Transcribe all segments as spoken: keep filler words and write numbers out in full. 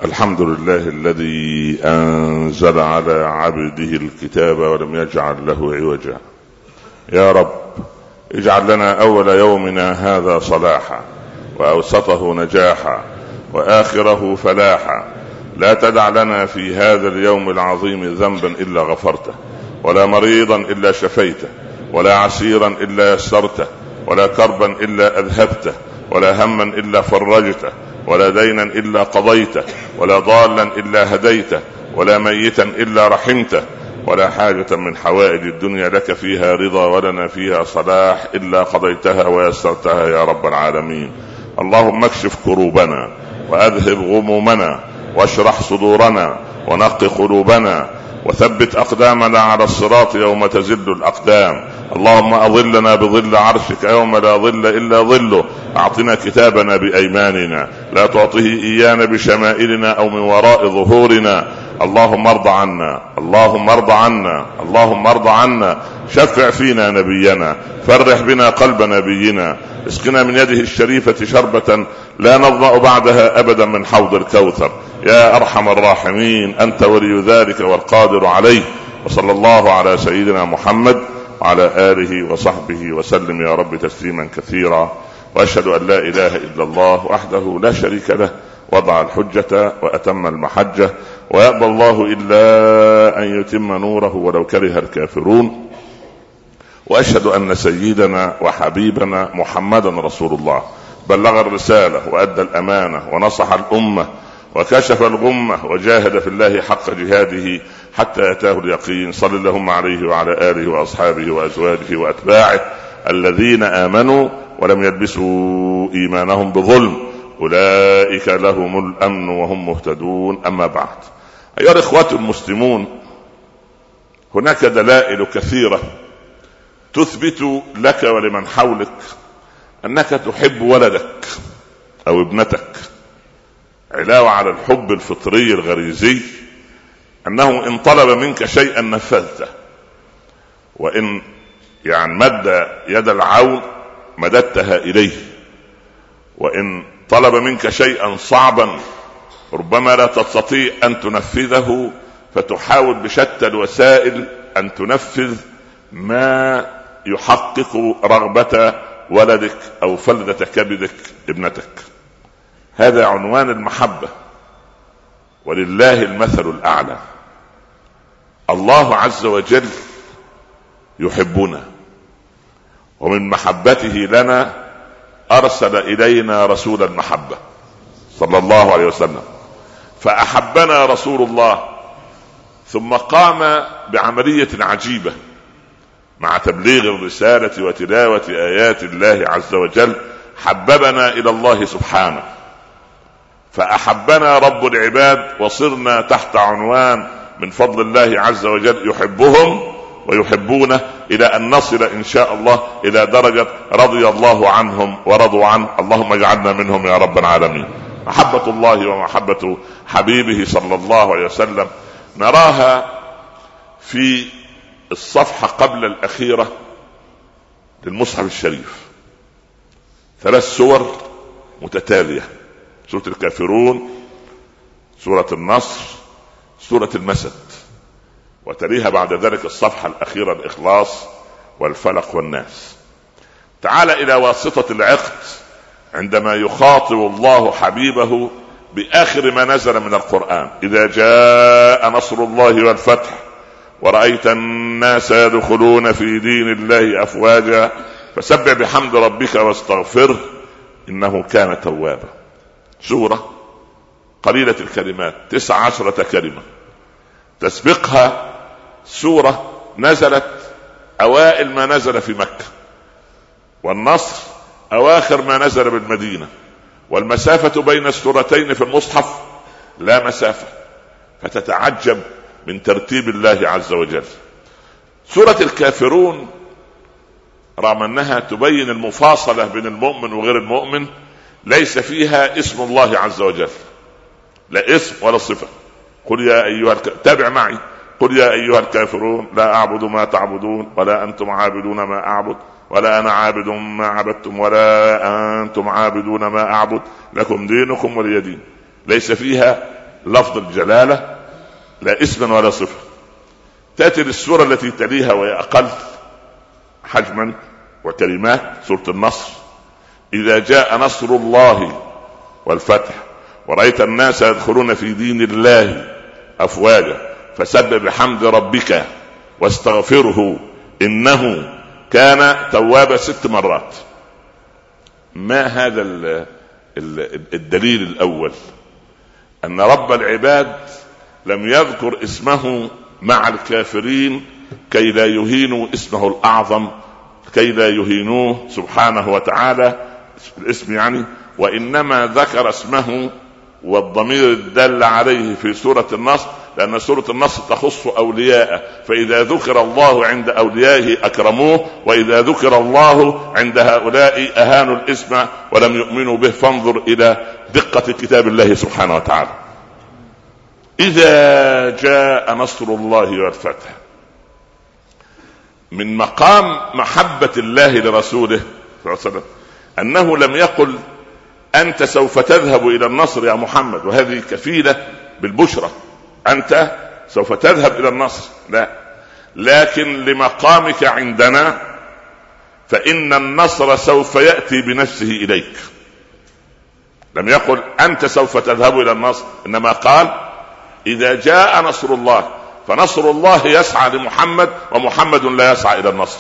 الحمد لله الذي أنزل على عبده الكتاب ولم يجعل له عوجا. يا رب اجعل لنا أول يومنا هذا صلاحا، وأوسطه نجاحا، وآخره فلاحا. لا تدع لنا في هذا اليوم العظيم ذنبا إلا غفرته، ولا مريضا إلا شفيته، ولا عسيرا إلا يسرته، ولا كربا إلا أذهبته، ولا هما إلا فرجته، ولا دينا إلا قضيته، ولا ضالا إلا هديته، ولا ميتا إلا رحمته، ولا حاجة من حوائج الدنيا لك فيها رضا ولنا فيها صلاح إلا قضيتها ويسرتها يا رب العالمين. اللهم اكشف كروبنا وأذهب غمومنا واشرح صدورنا ونق قلوبنا وثبت أقدامنا على الصراط يوم تزل الأقدام. اللهم أظلنا بظل عرشك يوم لا ظل إلا ظله. أعطنا كتابنا بأيماننا، لا تعطيه إيانا بشمائلنا أو من وراء ظهورنا. اللهم ارض عنا، اللهم ارض عنا، اللهم ارض عنا. شفع فينا نبينا، فرح بنا قلب نبينا. اسقنا من يده الشريفة شربة لا نظمأ بعدها أبدا من حوض الكوثر يا أرحم الراحمين. أنت ولي ذلك والقادر عليه. وصلى الله على سيدنا محمد وعلى آله وصحبه وسلم يا رب تسليما كثيرا. وأشهد أن لا إله إلا الله وحده لا شريك له، وضع الحجة وأتم المحجة، ويأبى الله إلا أن يتم نوره ولو كره الكافرون. وأشهد أن سيدنا وحبيبنا محمدا رسول الله، بلغ الرسالة وأدى الأمانة ونصح الأمة وكشف الغمة وجاهد في الله حق جهاده حتى أتاه اليقين. صلى اللهم عليه وعلى آله وأصحابه وأزواجه وأتباعه الذين آمنوا ولم يلبسوا إيمانهم بظلم، أولئك لهم الأمن وهم مهتدون. أما بعد، أيها الإخوة المسلمون، هناك دلائل كثيرة تثبت لك ولمن حولك أنك تحب ولدك أو ابنتك، علاوة على الحب الفطري الغريزي، أنه إن طلب منك شيئا نفذته، وإن يعني مد يد العون مددتها إليه، وإن طلب منك شيئا صعبا ربما لا تستطيع أن تنفذه فتحاول بشتى الوسائل أن تنفذ ما يحقق رغبة ولدك أو فلذة كبدك ابنتك. هذا عنوان المحبة، ولله المثل الأعلى. الله عز وجل يحبنا، ومن محبته لنا أرسل إلينا رسول المحبة صلى الله عليه وسلم، فأحبنا رسول الله، ثم قام بعملية عجيبة مع تبليغ الرسالة وتلاوة آيات الله عز وجل. حببنا إلى الله سبحانه، فأحبنا رب العباد، وصرنا تحت عنوان من فضل الله عز وجل يحبهم ويحبونه، إلى أن نصل إن شاء الله إلى درجة رضي الله عنهم ورضوا عنه. اللهم اجعلنا منهم يا رب العالمين. محبة الله ومحبة حبيبه صلى الله عليه وسلم نراها في الصفحة قبل الأخيرة للمصحف الشريف، ثلاث سور متتالية: سورة الكافرون، سورة النصر، سورة المسد، وتليها بعد ذلك الصفحة الأخيرة الإخلاص والفلق والناس. تعال إلى واسطة العقد عندما يخاطب الله حبيبه بآخر ما نزل من القرآن: إذا جاء نصر الله والفتح ورأيت الناس يدخلون في دين الله أفواجا فسبح بحمد ربك واستغفره إنه كان توابا. سورة قليلة الكلمات، تسع عشرة كلمة، تسبقها سورة نزلت أوائل ما نزل في مكة، والنصر أواخر ما نزل بالمدينة، والمسافة بين السورتين في المصحف لا مسافة، فتتعجب من ترتيب الله عز وجل. سورة الكافرون رغم أنها تبين المفاصلة بين المؤمن وغير المؤمن، ليس فيها اسم الله عز وجل، لا اسم ولا صفة. قل يا أيها الك... تابع معي: قل يا أيها الكافرون لا أعبد ما تعبدون ولا أنتم عابدون ما أعبد ولا أنا عابد ما عبدتم ولا أنتم عابدون ما أعبد لكم دينكم ولي دين. ليس فيها لفظ الجلالة لا اسما ولا صفة. تأتي السورة التي تليها وهي أقل حجما وكلمات، سورة النصر: إذا جاء نصر الله والفتح ورأيت الناس يدخلون في دين الله أفواجا فسبح بحمد ربك واستغفره إنه كان توابا ست مرات. ما هذا الدليل الأول؟ أن رب العباد لم يذكر اسمه مع الكافرين كي لا يهينوا اسمه الأعظم، كي لا يهينوه سبحانه وتعالى الاسم يعني، وإنما ذكر اسمه والضمير الدل عليه في سورة النصر، لأن سورة النصر تخص أولياءه، فإذا ذكر الله عند أوليائه أكرموه، وإذا ذكر الله عند هؤلاء أهانوا الاسم ولم يؤمنوا به. فانظر إلى دقة كتاب الله سبحانه وتعالى. إذا جاء نصر الله والفتح، من مقام محبة الله لرسوله صلى الله عليه وسلم أنه لم يقل أنت سوف تذهب إلى النصر يا محمد وهذه كفيلة بالبشرى، أنت سوف تذهب إلى النصر، لا، لكن لمقامك عندنا فإن النصر سوف يأتي بنفسه إليك. لم يقل أنت سوف تذهب إلى النصر، إنما قال إذا جاء نصر الله، فنصر الله يسعى لمحمد ومحمد لا يسعى إلى النصر.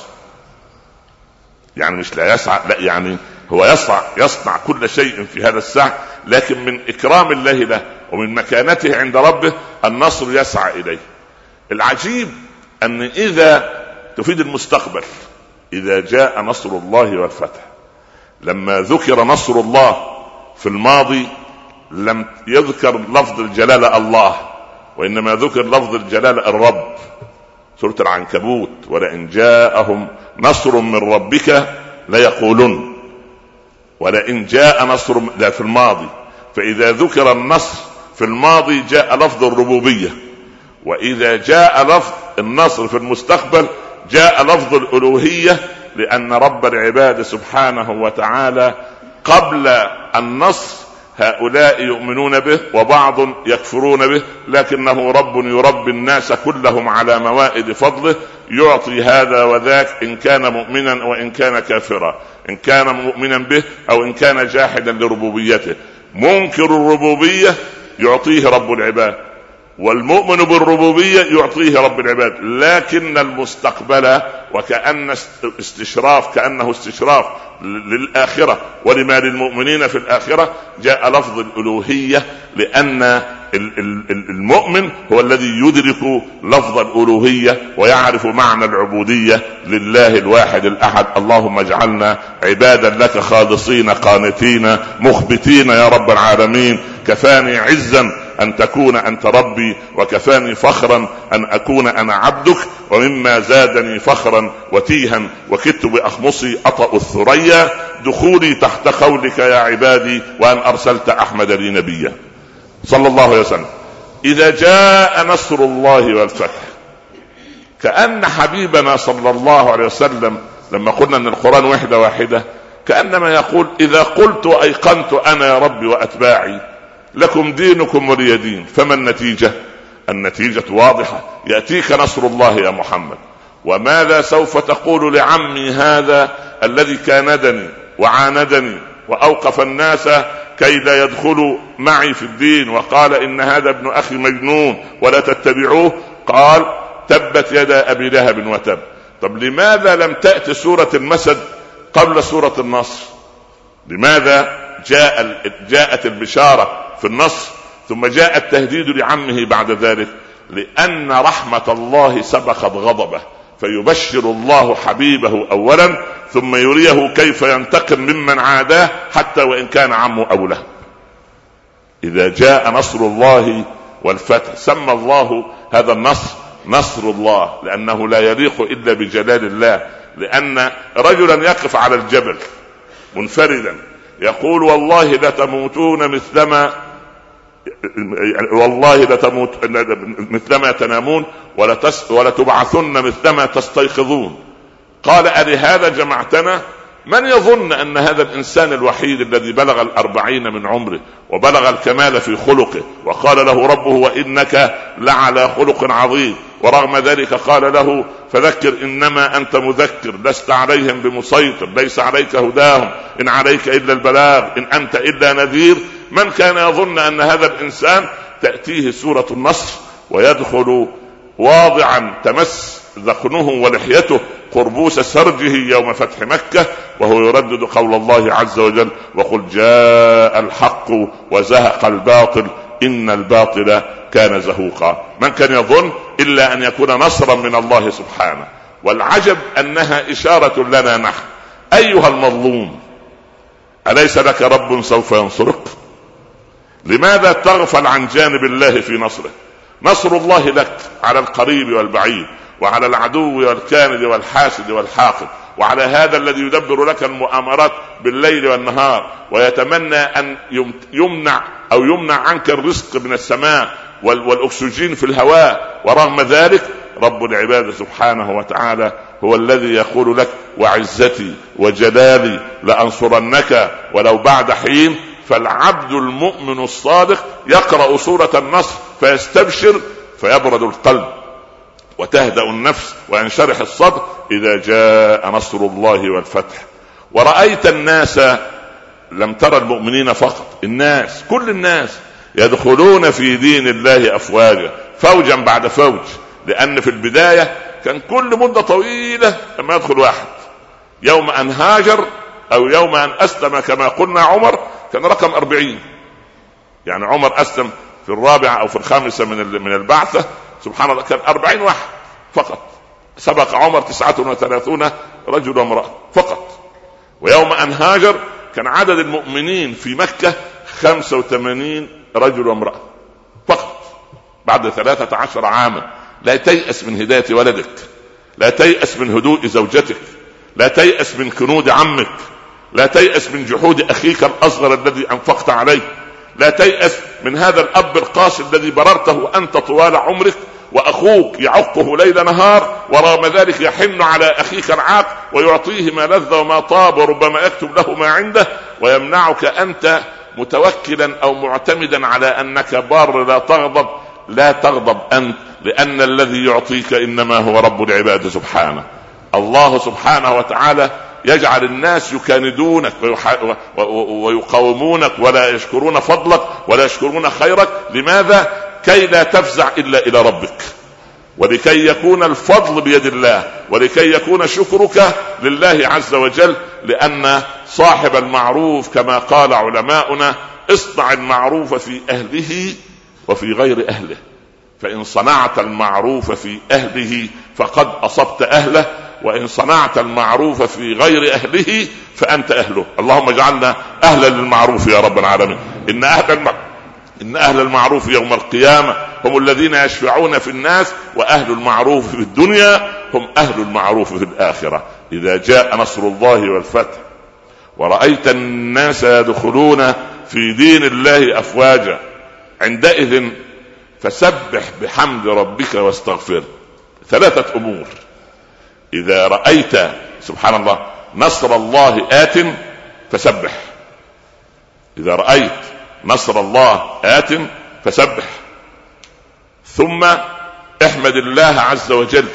يعني مش لا يسعى، لا، يعني هو يسعى يصنع كل شيء في هذا السعي، لكن من إكرام الله له ومن مكانته عند ربه النصر يسعى إليه. العجيب أن إذا تفيد المستقبل، إذا جاء نصر الله والفتح، لما ذكر نصر الله في الماضي لم يذكر لفظ الجلالة الله، وإنما ذكر لفظ الجلالة الرب. سورة العنكبوت: ولئن جاءهم نصر من ربك ليقولن. ولئن جاء نصر ده في الماضي، فإذا ذكر النصر في الماضي جاء لفظ الربوبية، وإذا جاء لفظ النصر في المستقبل جاء لفظ الألوهية، لأن رب العباد سبحانه وتعالى قبل النصر هؤلاء يؤمنون به وبعض يكفرون به، لكنه رب يربي الناس كلهم على موائد فضله، يعطي هذا وذاك إن كان مؤمنا وإن كان كافرا، إن كان مؤمنا به أو إن كان جاحدا لربوبيته. منكر الربوبية يعطيه رب العباد، والمؤمن بالربوبية يعطيه رب العباد، لكن المستقبل وكأن استشراف كأنه استشراف للآخرة ولما للمؤمنين في الآخرة جاء لفظ الألوهية، لأن المؤمن هو الذي يدرك لفظ الألوهية ويعرف معنى العبودية لله الواحد الأحد. اللهم اجعلنا عبادا لك خالصين قانتين مخبتين يا رب العالمين. كفاني عزا أن تكون أنت ربي، وكفاني فخرا أن أكون أنا عبدك، ومما زادني فخرا وتيها وكدت بأخمصي أطأ الثريا دخولي تحت قولك يا عبادي وأن أرسلت أحمد لي نبيا صلى الله عليه وسلم. إذا جاء نصر الله والفتح، كأن حبيبنا صلى الله عليه وسلم لما قلنا أن القرآن وحدة واحدة كأنما يقول: إذا قلت وأيقنت أنا يا ربي وأتباعي لكم دينكم ولي دين، فما النتيجة؟ النتيجة واضحة، يأتيك نصر الله يا محمد. وماذا سوف تقول لعمي هذا الذي كاندني وعاندني وأوقف الناس كي لا يدخلوا معي في الدين وقال إن هذا ابن أخي مجنون ولا تتبعوه؟ قال: تبت يدا أبي لهب وتب. طب لماذا لم تأتي سورة المسد قبل سورة النصر؟ لماذا جاء جاءت البشارة في النصر ثم جاء التهديد لعمه بعد ذلك؟ لأن رحمة الله سبقت غضبه، فيبشر الله حبيبه أولا ثم يريه كيف ينتقم ممن عاداه حتى وإن كان عمه أبو لهب. إذا جاء نصر الله والفتح سمى الله هذا النصر نصر الله، لأنه لا يليق إلا بجلال الله. لأن رجلا يقف على الجبل منفردا يقول: والله لتموتون مثلما والله لتموت مثلما تنامون ولتبعثن مثلما تستيقظون. قال: ألهذا جمعتنا؟ من يظن أن هذا الإنسان الوحيد الذي بلغ الأربعين من عمره وبلغ الكمال في خلقه وقال له ربه وإنك لعلى خلق عظيم، ورغم ذلك قال له فذكر إنما أنت مذكر لست عليهم بمسيطر ليس عليك هداهم إن عليك إلا البلاغ إن أنت إلا نذير، من كان يظن أن هذا الإنسان تأتيه سورة النصر ويدخل واضعا تمس ذقنه ولحيته قربوس سرجه يوم فتح مكة وهو يردد قول الله عز وجل وقل جاء الحق وزهق الباطل إن الباطل كان زهوقا؟ من كان يظن إلا أن يكون نصرا من الله سبحانه. والعجب أنها إشارة لنا نحن أيها المظلوم، أليس لك رب سوف ينصرك؟ لماذا تغفل عن جانب الله في نصره؟ نصر الله لك على القريب والبعيد وعلى العدو والكاند والحاسد والحاقد وعلى هذا الذي يدبر لك المؤامرات بالليل والنهار ويتمنى أن يمنع أو يمنع عنك الرزق من السماء والأكسجين في الهواء، ورغم ذلك رب العباد سبحانه وتعالى هو الذي يقول لك وعزتي وجلالي لأنصرنك ولو بعد حين. فالعبد المؤمن الصادق يقرأ سورة النصر فيستبشر فيبرد القلب وتهدأ النفس وينشرح الصدر إذا جاء نصر الله والفتح. ورأيت الناس، لم ترى المؤمنين فقط، الناس كل الناس يدخلون في دين الله أفواجا فوجا بعد فوج، لأن في البداية كان كل مدة طويلة لما يدخل واحد. يوم أن هاجر أو يوم أن أسلم كما قلنا عمر كان رقم أربعين، يعني عمر أسلم في الرابعة أو في الخامسة من من البعثة، سبحان الله كان أربعين واحد فقط. سبق عمر تسعة وثلاثون رجل وامرأة فقط. ويوم أن هاجر كان عدد المؤمنين في مكة خمسة وثمانين رجل وامرأة فقط بعد ثلاثة عشر عاما. لا تيأس من هداية ولدك، لا تيأس من هدوء زوجتك، لا تيأس من كنود عمك، لا تيأس من جحود أخيك الأصغر الذي أنفقت عليه، لا تيأس من هذا الأب القاسي الذي بررته أنت طوال عمرك وأخوك يعقه ليل نهار، ورغم ذلك يحن على أخيك العاق ويعطيه ما لذ وما طاب وربما يكتب له ما عنده ويمنعك أنت متوكلا أو معتمدا على أنك بار لا تغضب. لا تغضب أنت، لأن الذي يعطيك إنما هو رب العباد سبحانه. الله سبحانه وتعالى يجعل الناس يكاندونك ويقاومونك ولا يشكرون فضلك ولا يشكرون خيرك. لماذا؟ كي لا تفزع إلا إلى ربك، ولكي يكون الفضل بيد الله، ولكي يكون شكرك لله عز وجل. لأن صاحب المعروف كما قال علماؤنا اصنع المعروف في أهله وفي غير أهله، فإن صنعت المعروف في أهله فقد أصبت أهله، وإن صنعت المعروف في غير أهله فأنت أهله. اللهم اجعلنا أهلا للمعروف يا رب العالمين. إن أهل المعروف إن أهل المعروف يوم القيامة هم الذين يشفعون في الناس، وأهل المعروف في الدنيا هم أهل المعروف في الآخرة. إذا جاء نصر الله والفتح ورأيت الناس يدخلون في دين الله أفواجا عندئذ فسبح بحمد ربك واستغفر. ثلاثة أمور إذا رأيت سبحان الله نصر الله آت فسبح. إذا رأيت نصر الله آت فسبح، ثم احمد الله عز وجل،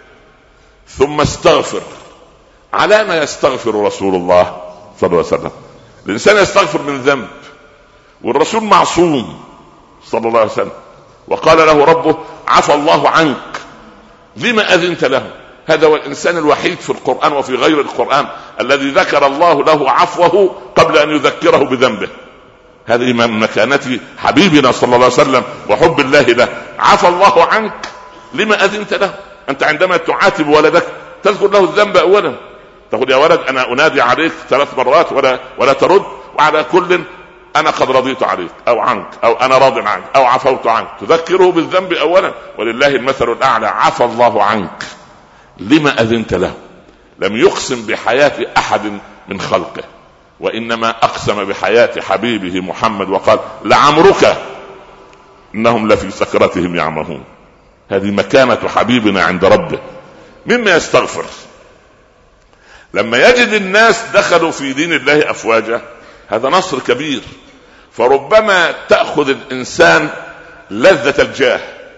ثم استغفر. على ما يستغفر رسول الله صلى الله عليه وسلم؟ الإنسان يستغفر من ذنب والرسول معصوم صلى الله عليه وسلم، وقال له ربه عفى الله عنك لما أذنت له. هذا هو الإنسان الوحيد في القرآن وفي غير القرآن الذي ذكر الله له عفوه قبل أن يذكره بذنبه. هذه من مكانة حبيبنا صلى الله عليه وسلم وحب الله له. عفى الله عنك لما أذنت له. أنت عندما تعاتب ولدك تذكر له الذنب أولا، تقول يا ولد أنا أنادي عليك ثلاث مرات ولا, ولا ترد، وعلى كل أنا قد رضيت عليك أو عنك أو أنا راض عنك أو عفوت عنك. تذكره بالذنب أولا. ولله المثل الأعلى. عفى الله عنك لما أذنت له. لم يقسم بحياة أحد من خلقه، وإنما أقسم بحياة حبيبه محمد وقال لعمرك إنهم لفي سكرتهم يعمهون. هذه مكانة حبيبنا عند ربه. مما يستغفر لما يجد الناس دخلوا في دين الله أفواجا هذا نصر كبير. فربما تأخذ الإنسان لذة الجاه،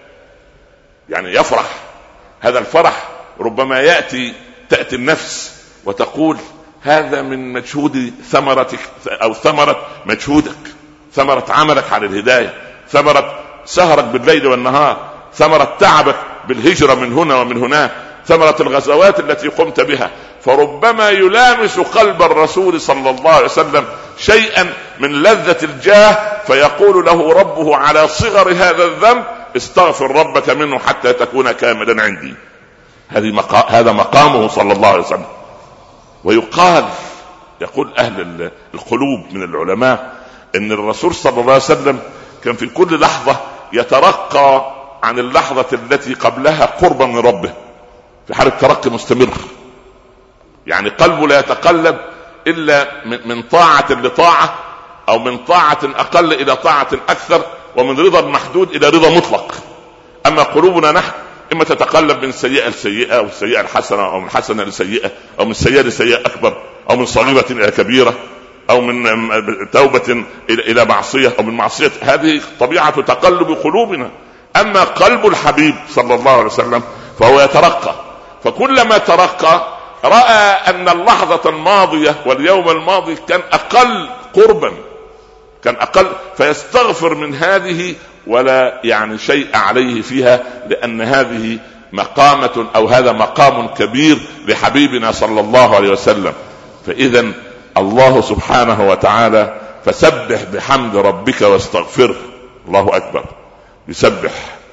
يعني يفرح، هذا الفرح ربما يأتي تأتي النفس وتقول هذا من مجهود ثمرتك أو ثمرة مجهودك، ثمرة عملك على الهداية، ثمرة سهرك بالليل والنهار، ثمرة تعبك بالهجرة من هنا ومن هناك، ثمرة الغزوات التي قمت بها. فربما يلامس قلب الرسول صلى الله عليه وسلم شيئا من لذة الجاه، فيقول له ربه على صغر هذا الذنب استغفر ربك منه حتى تكون كاملا عندي. هذه مقا... هذا مقامه صلى الله عليه وسلم. ويقال يقول أهل القلوب من العلماء إن الرسول صلى الله عليه وسلم كان في كل لحظة يترقى عن اللحظة التي قبلها قربا من ربه، في حالة ترقي مستمر، يعني قلبه لا يتقلب إلا من طاعة لطاعة، أو من طاعة أقل إلى طاعة أكثر، ومن رضا محدود إلى رضا مطلق. أما قلوبنا نحن إما تتقلب من سيئة لسيئة، أو سيئة الحسنة، أو من حسنة لسيئة، أو من سيئة لسيئة أكبر، أو من صغيرة إلى كبيرة، أو من توبة إلى معصية، أو من معصية. هذه طبيعة تقلب قلوبنا. أما قلب الحبيب صلى الله عليه وسلم فهو يترقى، فكلما ترقى رأى أن اللحظة الماضية واليوم الماضي كان أقل قربا، كان أقل، فيستغفر من هذه ولا يعني شيء عليه فيها، لأن هذه مقامة أو هذا مقام كبير لحبيبنا صلى الله عليه وسلم. فإذا الله سبحانه وتعالى فسبح بحمد ربك واستغفره. الله أكبر، يسبح.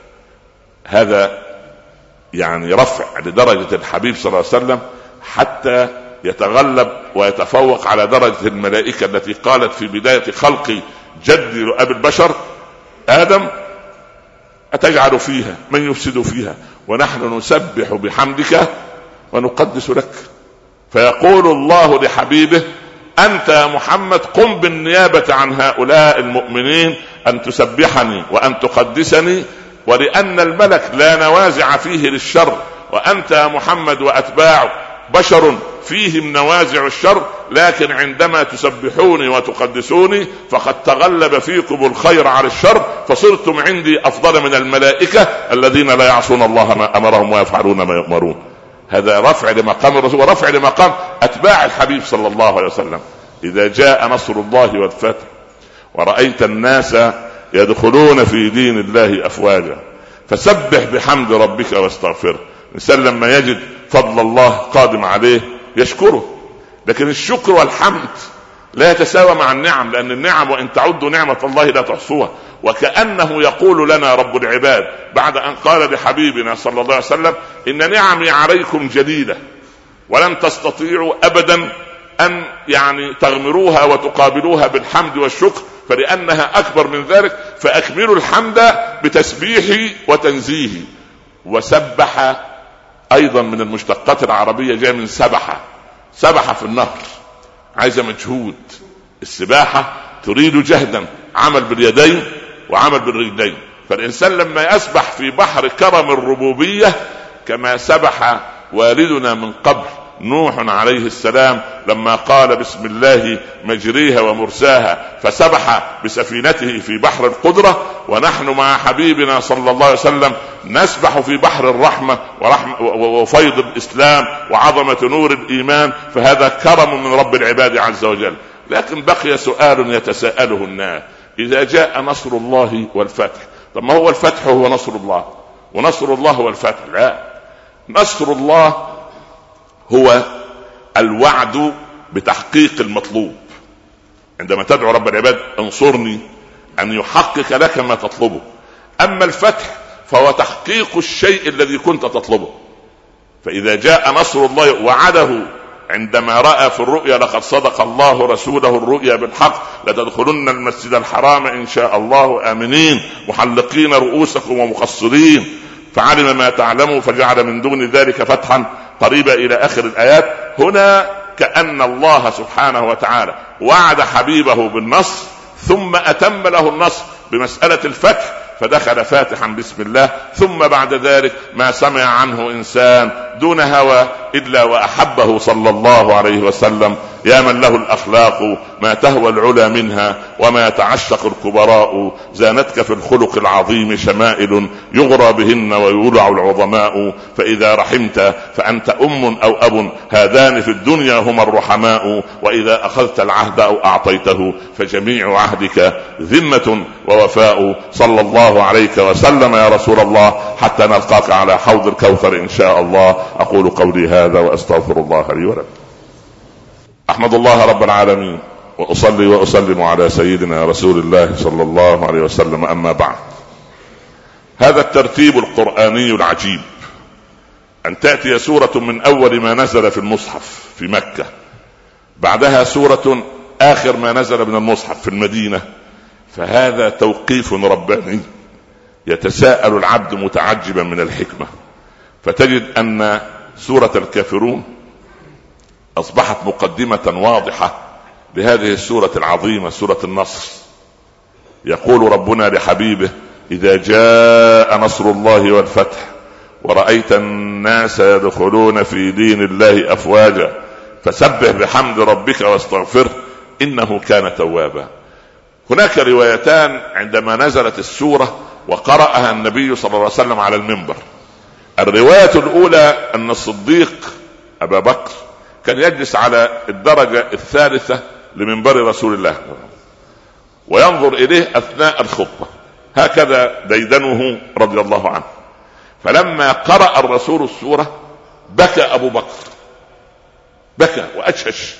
هذا يعني رفع لدرجة الحبيب صلى الله عليه وسلم حتى يتغلب ويتفوق على درجة الملائكة التي قالت في بداية خلق جد أبي البشر آدم أتجعل فيها من يفسد فيها ونحن نسبح بحمدك ونقدس لك. فيقول الله لحبيبه أنت يا محمد قم بالنيابة عن هؤلاء المؤمنين أن تسبحني وأن تقدسني، ولأن الملك لا نوازع فيه للشر، وأنت يا محمد وأتباعه بشر فيهم نوازع الشر، لكن عندما تسبحوني وتقدسوني فقد تغلب فيكم الخير على الشر، فصرتم عندي أفضل من الملائكة الذين لا يعصون الله ما أمرهم ويفعلون ما يؤمرون. هذا رفع لمقام الرسول ورفع لمقام أتباع الحبيب صلى الله عليه وسلم. إذا جاء نصر الله والفتح ورأيت الناس يدخلون في دين الله أفواجا فسبح بحمد ربك واستغفره. الإنسان لما يجد فضل الله قادم عليه يشكره، لكن الشكر والحمد لا يتساوى مع النعم، لأن النعم وإن تعدوا نعمة الله لا تحصوها. وكأنه يقول لنا رب العباد بعد أن قال لحبيبنا صلى الله عليه وسلم إن نعمي عليكم جديدة ولن تستطيعوا أبدا أن يعني تغمروها وتقابلوها بالحمد والشكر، فلأنها أكبر من ذلك، فأكملوا الحمد بتسبيح وتنزيه. وسبح أيضا من المشتقات العربية جاء من سبحة، سبحة في النهر عايزة مجهود. السباحة تريد جهدا، عمل باليدين وعمل بالرجلين. فالإنسان لما يسبح في بحر كرم الربوبية كما سبح والدنا من قبل نوح عليه السلام لما قال بسم الله مجريها ومرساها فسبح بسفينته في بحر القدرة، ونحن مع حبيبنا صلى الله عليه وسلم نسبح في بحر الرحمة ورحمة وفيض الإسلام وعظمة نور الإيمان. فهذا كرم من رب العباد عز وجل. لكن بقي سؤال يتساءله الناس: إذا جاء نصر الله والفتح، طب ما هو الفتح هو نصر الله ونصر الله هو الفتح؟ لا، نصر الله هو الوعد بتحقيق المطلوب. عندما تدعو رب العباد انصرني أن يحقق لك ما تطلبه. أما الفتح فهو تحقيق الشيء الذي كنت تطلبه. فإذا جاء نصر الله وعده عندما رأى في الرؤيا لقد صدق الله رسوله الرؤيا بالحق لتدخلن المسجد الحرام إن شاء الله آمنين محلقين رؤوسكم ومقصرين فعلم ما تعلموا فجعل من دون ذلك فتحا قريبا إلى آخر الآيات. هنا كأن الله سبحانه وتعالى وعد حبيبه بالنصر ثم أتم له النصر بمسألة الفتح، فدخل فاتحا بسم الله، ثم بعد ذلك ما سمع عنه إنسان دون هوى إلا وأحبه صلى الله عليه وسلم. يا من له الأخلاق ما تهوى العلا منها وما يتعشق الكبراء، زانتك في الخلق العظيم شمائل يغرى بهن ويولع العظماء، فإذا رحمت فأنت أم أو أب، هذان في الدنيا هما الرحماء، وإذا أخذت العهد أو أعطيته فجميع عهدك ذمة ووفاء. صلى الله عليك وسلم يا رسول الله حتى نلقاك على حوض الكوثر إن شاء الله. أقول قولي هذا وأستغفر الله لي ولكم. أحمد الله رب العالمين وأصلي وأسلم على سيدنا رسول الله صلى الله عليه وسلم. أما بعد، هذا الترتيب القرآني العجيب أن تأتي سورة من أول ما نزل في المصحف في مكة، بعدها سورة آخر ما نزل من المصحف في المدينة، فهذا توقيف رباني يتساءل العبد متعجبا من الحكمة. فتجد أن سورة الكافرون أصبحت مقدمة واضحة لهذه السورة العظيمة سورة النصر. يقول ربنا لحبيبه: إذا جاء نصر الله والفتح ورأيت الناس يدخلون في دين الله أفواجا فسبح بحمد ربك واستغفره إنه كان توابا. هناك روايتان عندما نزلت السورة وقرأها النبي صلى الله عليه وسلم على المنبر. الرواية الأولى أن الصديق أبا بكر كان يجلس على الدرجة الثالثة لمنبر رسول الله وينظر إليه أثناء الخطبة، هكذا ديدنه رضي الله عنه. فلما قرأ الرسول السورة بكى أبو بكر، بكى وأجهش،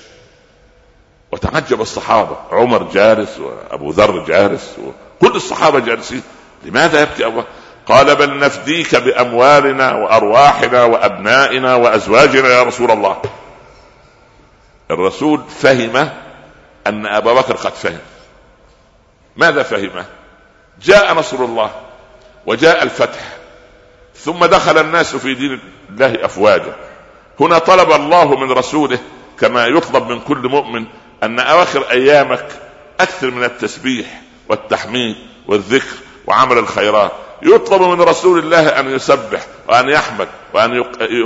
وتعجب الصحابة، عمر جالس وأبو ذر جالس وكل الصحابة جالسين. لماذا يبكي أبو بكر؟ قال: بل نفديك بأموالنا وأرواحنا وأبنائنا وأزواجنا يا رسول الله. الرسول فهم أن أبا بكر قد فهم. ماذا فهمه؟ جاء نصر الله وجاء الفتح ثم دخل الناس في دين الله أفواجا. هنا طلب الله من رسوله كما يطلب من كل مؤمن أن أواخر أيامك أكثر من التسبيح والتحميد والذكر وعمل الخيرات. يطلب من رسول الله أن يسبح وأن يحمد وأن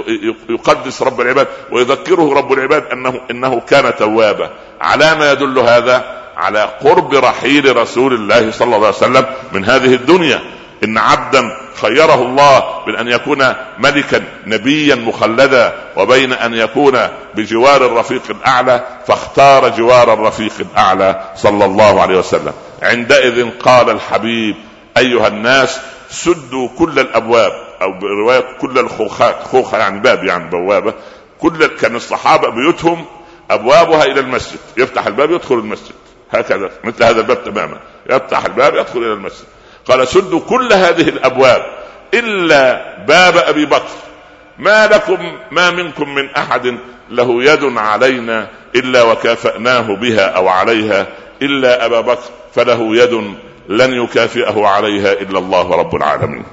يقدس رب العباد ويذكره رب العباد أنه, إنه كان توابا. على ما يدل هذا؟ على قرب رحيل رسول الله صلى الله عليه وسلم من هذه الدنيا. إن عبدا خيره الله بين أن يكون ملكا نبيا مخلدا وبين أن يكون بجوار الرفيق الأعلى، فاختار جوار الرفيق الأعلى صلى الله عليه وسلم. عندئذ قال الحبيب: أيها الناس سدوا كل الأبواب، أو برواية كل الخوخات، خوخة يعني باب يعني بوابة. كل كان الصحابة بيوتهم أبوابها إلى المسجد، يفتح الباب يدخل المسجد، هكذا مثل هذا الباب تماما، يفتح الباب يدخل إلى المسجد. قال: سدوا كل هذه الأبواب إلا باب أبي بكر، ما لكم ما منكم من أحد له يد علينا إلا وكافأناه بها أو عليها إلا أبا بكر فله يد لن يكافئه عليها إلا الله رب العالمين.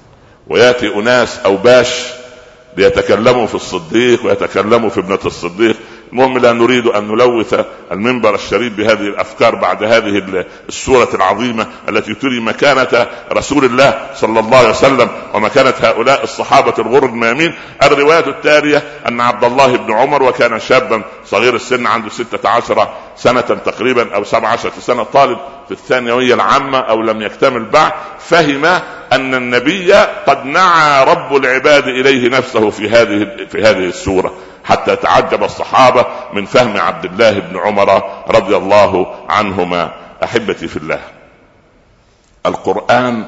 ويأتي أناس أو باش ليتكلموا في الصديق ويتكلموا في ابنة الصديق. المهم لا نريد أن نلوث المنبر الشريف بهذه الأفكار بعد هذه السورة العظيمة التي تري مكانة رسول الله صلى الله عليه وسلم ومكانة هؤلاء الصحابة الغر الميامين. الرواية التالية أن عبد الله بن عمر، وكان شابا صغير السن عنده ستة عشر سنة تقريبا أو سبع عشرة سنة، طالب في الثانوية العامة أو لم يكتمل بعد، فهم أن النبي قد نعى رب العباد إليه نفسه في هذه في هذه السورة، حتى تعجب الصحابة من فهم عبد الله بن عمر رضي الله عنهما. أحبتي في الله، القرآن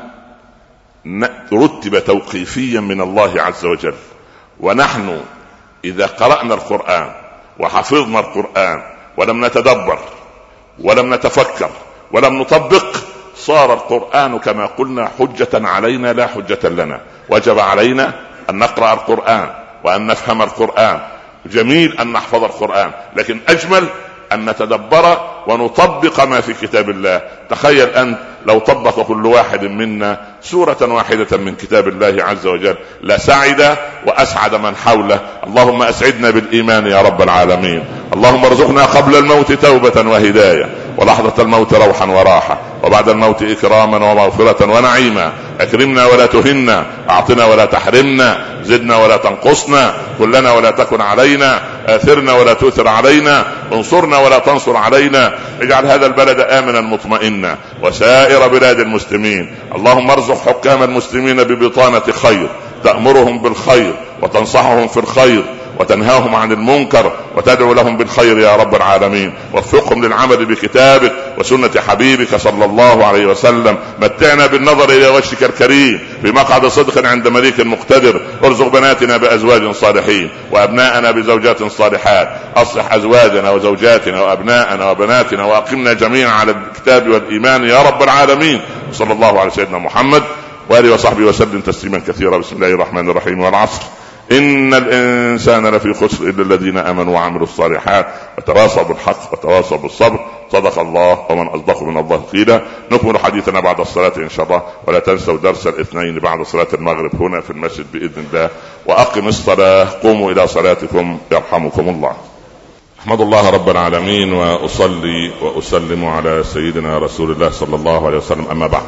رتب توقيفيا من الله عز وجل، ونحن إذا قرأنا القرآن وحفظنا القرآن ولم نتدبر ولم نتفكر ولم نطبق، صار القرآن كما قلنا حجة علينا لا حجة لنا. وجب علينا أن نقرأ القرآن وأن نفهم القرآن. جميل أن نحفظ القرآن، لكن أجمل أن نتدبر ونطبق ما في كتاب الله. تخيل أنت لو طبق كل واحد منا سورة واحدة من كتاب الله عز وجل لسعد وأسعد من حوله. اللهم أسعدنا بالإيمان يا رب العالمين. اللهم ارزقنا قبل الموت توبة وهداية. ولحظة الموت روحا وراحة، وبعد الموت إكراما ومغفرة ونعيما. أكرمنا ولا تهنا، أعطنا ولا تحرمنا، زدنا ولا تنقصنا، كلنا ولا تكن علينا، آثرنا ولا تؤثر علينا، انصرنا ولا تنصر علينا. اجعل هذا البلد آمنا مطمئنا وسائر بلاد المسلمين. اللهم ارزق حكام المسلمين ببطانة خير تأمرهم بالخير وتنصحهم في الخير وتنهاهم عن المنكر وتدعو لهم بالخير يا رب العالمين. وفقهم للعمل بكتابك وسنة حبيبك صلى الله عليه وسلم. متعنا بالنظر إلى وجهك الكريم بمقعد صدق عند مليك مقتدر. ارزق بناتنا بأزواج صالحين وأبناءنا بزوجات صالحات. أصلح أزواجنا وزوجاتنا وأبناءنا وبناتنا وأقمنا جميعا على الكتاب والإيمان يا رب العالمين. صلى الله على سيدنا محمد وآله وصحبه وسلم تسليما كثيرا. بسم الله الرحمن الرحيم. والعصر إن الإنسان لفي خسر إلا الذين آمنوا وعملوا الصالحات وتواصوا بالحق وتواصوا بالصبر. صدق الله ومن أصدق من الله قيلا. نكمل حديثنا بعد الصلاة إن شاء الله. ولا تنسوا درس الاثنين بعد صلاة المغرب هنا في المسجد بإذن الله. وأقم الصلاة، قوموا إلى صلاتكم يرحمكم الله. أحمد الله رب العالمين وأصلي وأسلم على سيدنا رسول الله صلى الله عليه وسلم. أما بعد،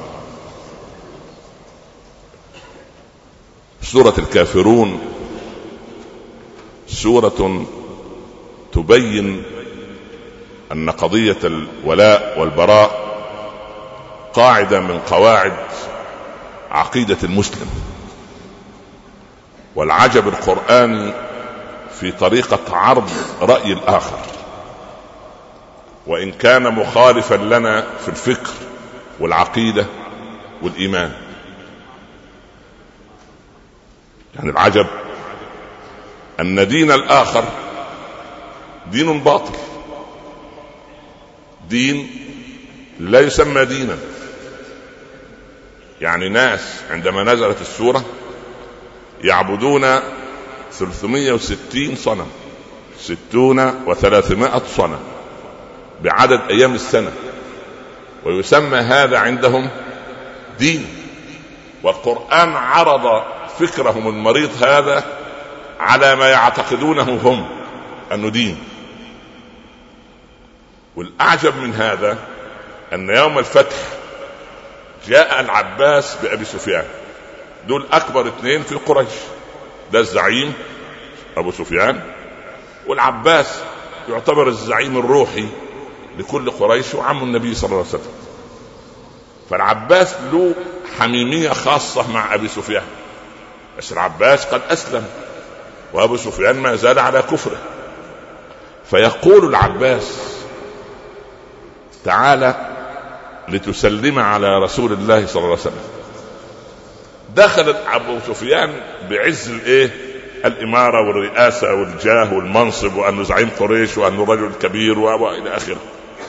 سورة الكافرون سورة تبين أن قضية الولاء والبراء قاعدة من قواعد عقيدة المسلم. والعجب القرآني في طريقة عرض رأي الآخر، وإن كان مخالفا لنا في الفكر والعقيدة والإيمان. يعني العجب أن دين الآخر دين باطل، دين لا يسمى دينا. يعني ناس عندما نزلت السورة يعبدون ثلاثمائة وستين صنم، ستون وثلاثمائة صنم بعدد أيام السنة، ويسمى هذا عندهم دين. والقرآن عرض فكرهم المريض هذا على ما يعتقدونه هم أنه دين. والأعجب من هذا أن يوم الفتح جاء العباس بأبي سفيان، دول أكبر اثنين في قريش، ده الزعيم أبو سفيان، والعباس يعتبر الزعيم الروحي لكل قريش وعم النبي صلى الله عليه وسلم. فالعباس له حميمية خاصة مع أبي سفيان، بس العباس قد أسلم وأبو سفيان ما زال على كفره. فيقول العباس: تعالى لتسلم على رسول الله صلى الله عليه وسلم. دخل أبو سفيان بعز الايه الإمارة والرئاسة والجاه والمنصب، وأنه زعيم قريش وأنه رجل كبير وإلى آخره.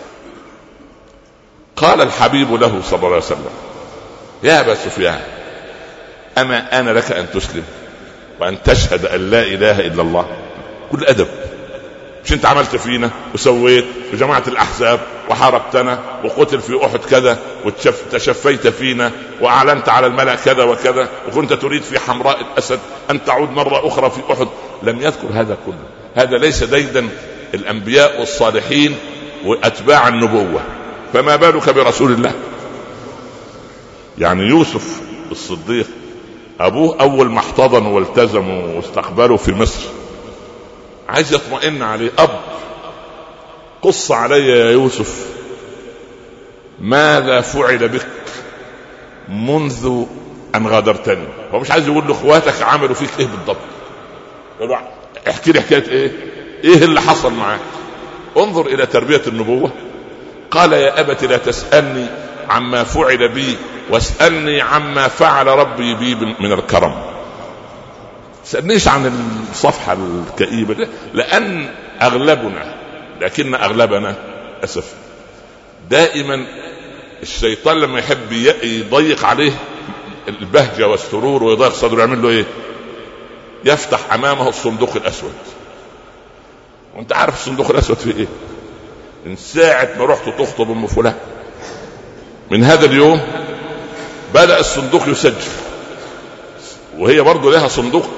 قال الحبيب له صلى الله عليه وسلم: يا أبا سفيان، أما أنا لك أن تسلم وأن تشهد أن لا إله إلا الله؟ كل أدب، مش أنت عملت فينا وسويت وجماعة الأحزاب وحاربتنا وقتل في أحد كذا وتشفيت فينا وأعلنت على الملأ كذا وكذا، وكنت تريد في حمراء الأسد أن تعود مرة أخرى في أحد؟ لم يذكر هذا كله. هذا ليس ديدا الأنبياء والصالحين وأتباع النبوة، فما بالك برسول الله؟ يعني يوسف الصديق أبوه أول ما احتضنوا والتزموا واستقبلوا في مصر عايز يطمئن عليه. أب، قص علي يا يوسف ماذا فعل بك منذ أن غادرتني. هو مش عايز يقول له اخواتك عملوا فيك ايه بالضبط، يقول له احكي لي حكاية ايه ايه اللي حصل معاك. انظر إلى تربية النبوة. قال: يا أبت لا تسألني عما فعل بي واسألني عما فعل ربي بي من الكرم. سألنيش عن الصفحة الكئيبة، لأن أغلبنا لكن أغلبنا أسف دائما الشيطان لما يحب يضيق عليه البهجة والسرور ويضيق صدره يعمل له إيه؟ يفتح أمامه الصندوق الأسود. وانت عارف الصندوق الأسود فيه إيه؟ من ساعة ما رحت تخطب أم فلان، من هذا اليوم بدأ الصندوق يسجل، وهي برضو لها صندوق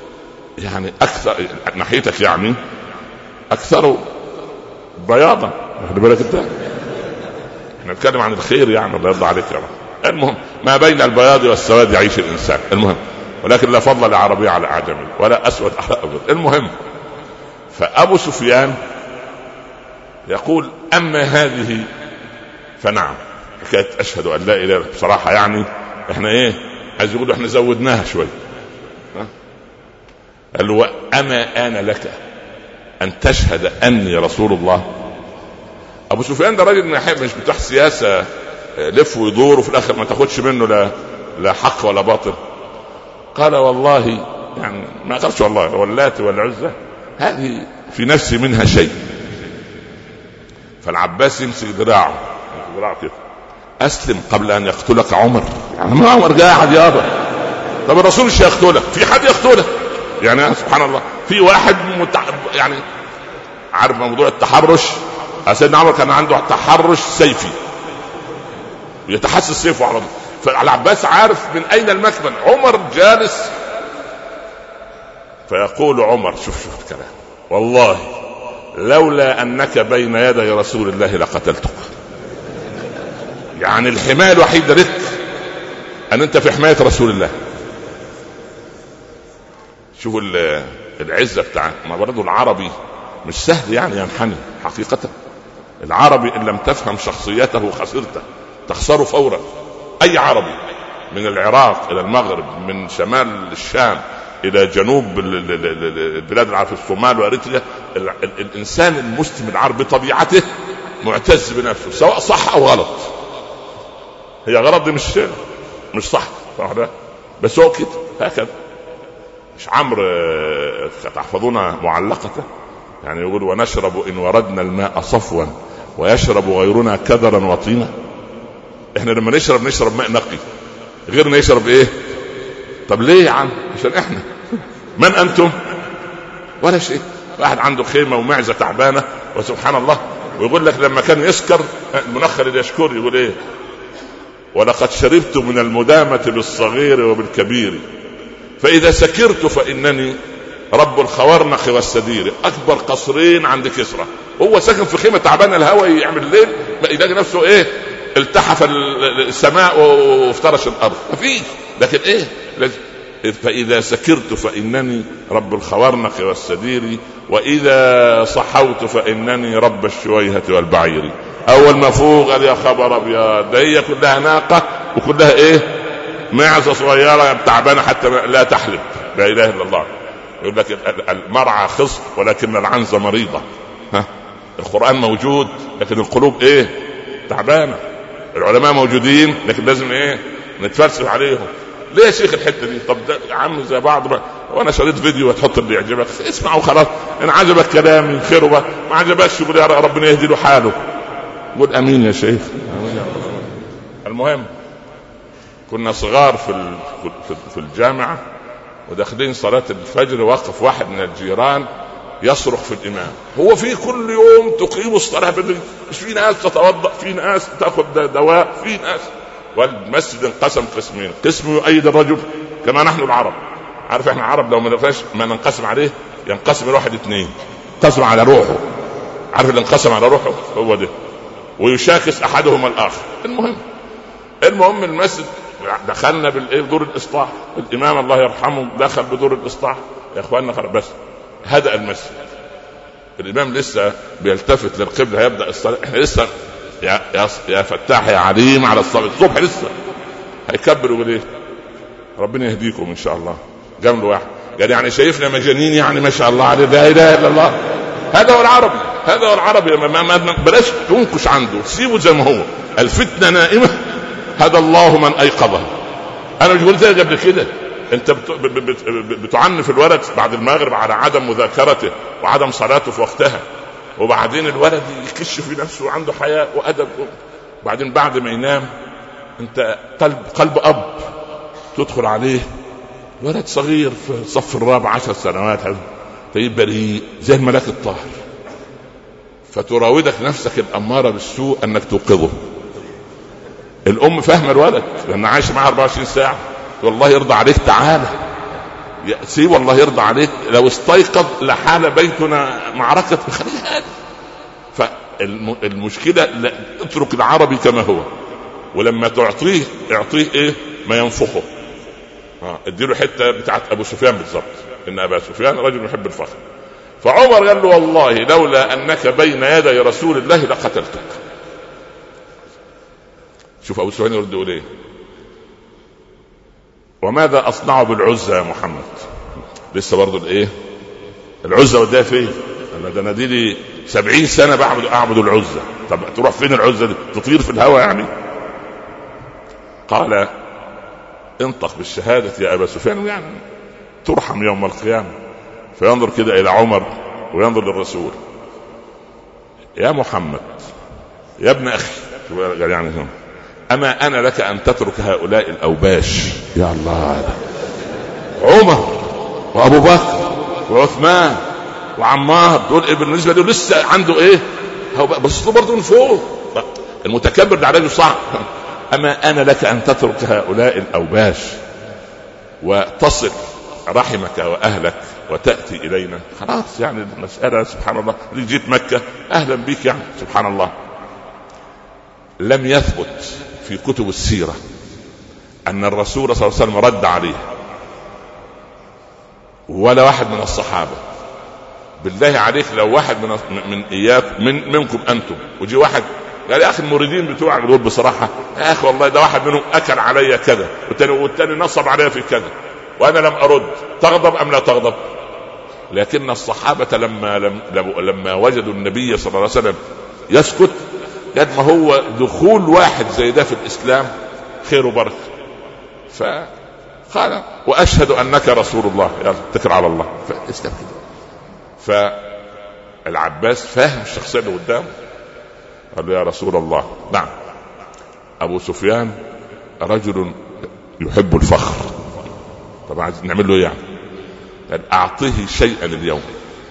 يعني أكثر ناحيتك، يعني أكثر بياضا خلي بالك انت، احنا نتكلم عن الخير يعني، الله يرضى عليك يا رب. المهم ما بين البياض والسواد يعيش الانسان، المهم، ولكن لا فضل لعربي على اعجمي ولا اسود على ابيض. المهم، فابو سفيان يقول اما هذه فنعم، حكايه اشهد ان لا اله الا الله بصراحه يعني احنا ايه عايز يقولوا احنا زودناها شويه. قال له اما آن لك ان تشهد اني رسول الله. ابو سفيان ده راجل مش بتاع سياسه لف ويدور وفي الاخر ما تاخدش منه لا لا حق ولا باطل. قال والله يعني ما قالش والله واللات والعزى هذه في نفسي منها شيء. فالعباس يمسك ذراعه ذراعه كده، اسلم قبل ان يقتلك عمر. يعني ما عمر قاعد يابا، طب الرسول مش يقتلك، في حد يقتلك يعني؟ سبحان الله، في واحد متع... يعني عارف موضوع التحرش، سيدنا عمر كان عنده تحرش سيفي يتحسس سيفه على طول. فالعباس عارف من اين المكمن. عمر جالس فيقول عمر شوف شوف الكلام، والله لولا انك بين يدي رسول الله لقتلتك. يعني الحماية الوحيدة لك ان انت في حماية رسول الله. شوفوا العزة بتاعه. ما برضو العربي مش سهل يعني ينحني حقيقة. العربي ان لم تفهم شخصيته خسرته، تخسره فورا. اي عربي من العراق الى المغرب، من شمال الشام الى جنوب البلاد العربية الصومال واريتريا، الانسان المسلم العربي بطبيعته معتز بنفسه سواء صح او غلط. هي غلط دي مش مش صح صح ده، بس هو كده هكذا. مش عمرو تحفظون معلقته يعني يقول ونشرب ان وردنا الماء صفوا ويشرب غيرنا كدرا وطينا. احنا لما نشرب نشرب ماء نقي، غيرنا يشرب ايه؟ طب ليه يا عم؟ عشان احنا من انتم ولا شيء. واحد عنده خيمه ومعزه تعبانه وسبحان الله، ويقول لك لما كان يسكر المنخل اللي يشكر يقول ايه؟ ولقد شربت من المدامه بالصغير وبالكبير فاذا سكرت فانني رب الخوارنق والسدير. اكبر قصرين عند كسرى، هو ساكن في خيمه تعبانه، الهواء يعمل ليل يلاقي نفسه ايه؟ التحف السماء وافترش الارض. ما فيش، لكن ايه؟ فاذا سكرت فانني رب الخوارنق والسدير واذا صحوت فانني رب الشويهة والبعير. اول ما فوق قال يا خبر ابيض، ده هي كلها ناقه وكلها ايه؟ معزه صغيره تعبانه حتى لا تحلب. لا اله الا الله. يقول لك المرعى خصب ولكن العنزه مريضه. ها، القران موجود لكن القلوب ايه؟ تعبانه. العلماء موجودين لكن لازم ايه؟ نتفلسف عليهم. ليه يا شيخ الحته دي؟ طب ده يا عم زي بعض بقى. وانا شريت فيديو وتحط اللي يعجبك اسمعه وخلاص. ان عجبك كلامي خير بقى، ما عجبكش يقول يا ربنا يهدي له حاله. قول امين يا شيخ. المهم كنا صغار في في الجامعه وداخلين صلاه الفجر، وقف واحد من الجيران يصرخ في الامام. هو في كل يوم تقيم الصلاه بدري؟ مش في ناس تتوضا، في ناس تاخذ دواء، في ناس. والمسجد انقسم قسمين، قسم يؤيد الرجل كما نحن العرب. عارف احنا العرب لو ما نفاش ما ننقسم عليه ينقسم الواحد اثنين، انقسم على روحه. عارف اللي انقسم على روحه هو ده، ويشاكس احدهما الاخر. المهم المهم المسجد دخلنا بالايه؟ بدور الاصلاح. الامام الله يرحمه دخل بدور الاصلاح يا اخواننا خلاص، بس هدأ المسجد. الامام لسه بيلتفت للقبله هيبدا الصلاه، احنا لسه يا يا, يا فتاح يا عليم على الصلاه الصبح لسه هيكبر ويقول ايه؟ ربنا يهديكم ان شاء الله. جنب واحد قال يعني شايفنا مجانين يعني ما شاء الله عليه، لا اله الا الله. هذا هو العربي، هذا هو العربي. ما ما بلاش تنكش عنده، سيبه زي ما هو. الفتنه نائمه هذا الله من ايقظها. انا مش قلت قبل كده انت بتعنف الولد بعد المغرب على عدم مذاكرته وعدم صلاته في وقتها، وبعدين الولد يكش في نفسه وعنده حياء وادب، وبعدين بعد ما ينام انت قلب قلب اب تدخل عليه ولد صغير في الصف الرابع عشر سنوات طيب بريء زي الملاك الطاهر، فتراودك نفسك الاماره بالسوء انك توقظه. الام فاهمه الولد لان عايش معاه أربعة وعشرين ساعه، والله يرضى عليك تعالى يا سي، والله يرضى عليك لو استيقظ لحال بيتنا معركه بخليها. المشكلة لا اترك العربي كما هو، ولما تعطيه اعطيه ايه ما ينفخه. اه اديله حتة بتاعت ابو سفيان بالضبط، ان ابا سفيان رجل يحب الفخر. فعمر قال له والله لولا انك بين يدي رسول الله لقتلتك. شوف ابو سفيان يرد يقول ايه؟ وماذا اصنع بالعزة يا محمد؟ لسه برضو الايه العزة وديها فين؟ ده انا دي لي سبعين سنة بعبد اعبد العزة. طب تروح فين العزة دي؟ تطير في الهواء يعني؟ قال انطق بالشهادة يا ابا سفيان يعني ترحم يوم القيامة. فينظر كده الى عمر وينظر للرسول، يا محمد يا ابن اخي يعني اما انا لك ان تترك هؤلاء الاوباش؟ يا الله، عمر وابو بكر وعثمان وعمار دول إيه بالنسبه له؟ لسه عنده ايه؟ بس برضه من فوق المتكبر ده عليه صعب. اما انا لك ان تترك هؤلاء الاوباش وتصل رحمك واهلك وتاتي الينا؟ خلاص يعني المساله سبحان الله. جيت مكه اهلا بك يعني سبحان الله. لم يثبت في كتب السيره ان الرسول صلى الله عليه وسلم رد عليه ولا واحد من الصحابه. بالله عليك لو واحد من من اياك من منكم انتم وجي واحد قال يا اخي المريدين بتوعك دول بصراحه يا اخي والله ده واحد منهم اكل علي كذا والتاني والتاني نصب علي في كذا وانا لم ارد، تغضب ام لا تغضب؟ لكن الصحابه لما لم لما وجدوا النبي صلى الله عليه وسلم يسكت قد ما هو دخول واحد زي ده في الاسلام خير وبركه. فقال واشهد انك رسول الله، يلا اتكل على الله. فاسلم كده. فالعباس فاهم الشخصيه اللي قدامه قال له يا رسول الله نعم ابو سفيان رجل يحب الفخر، طبعا عايز نعمل له يعني قال اعطيه شيئا اليوم.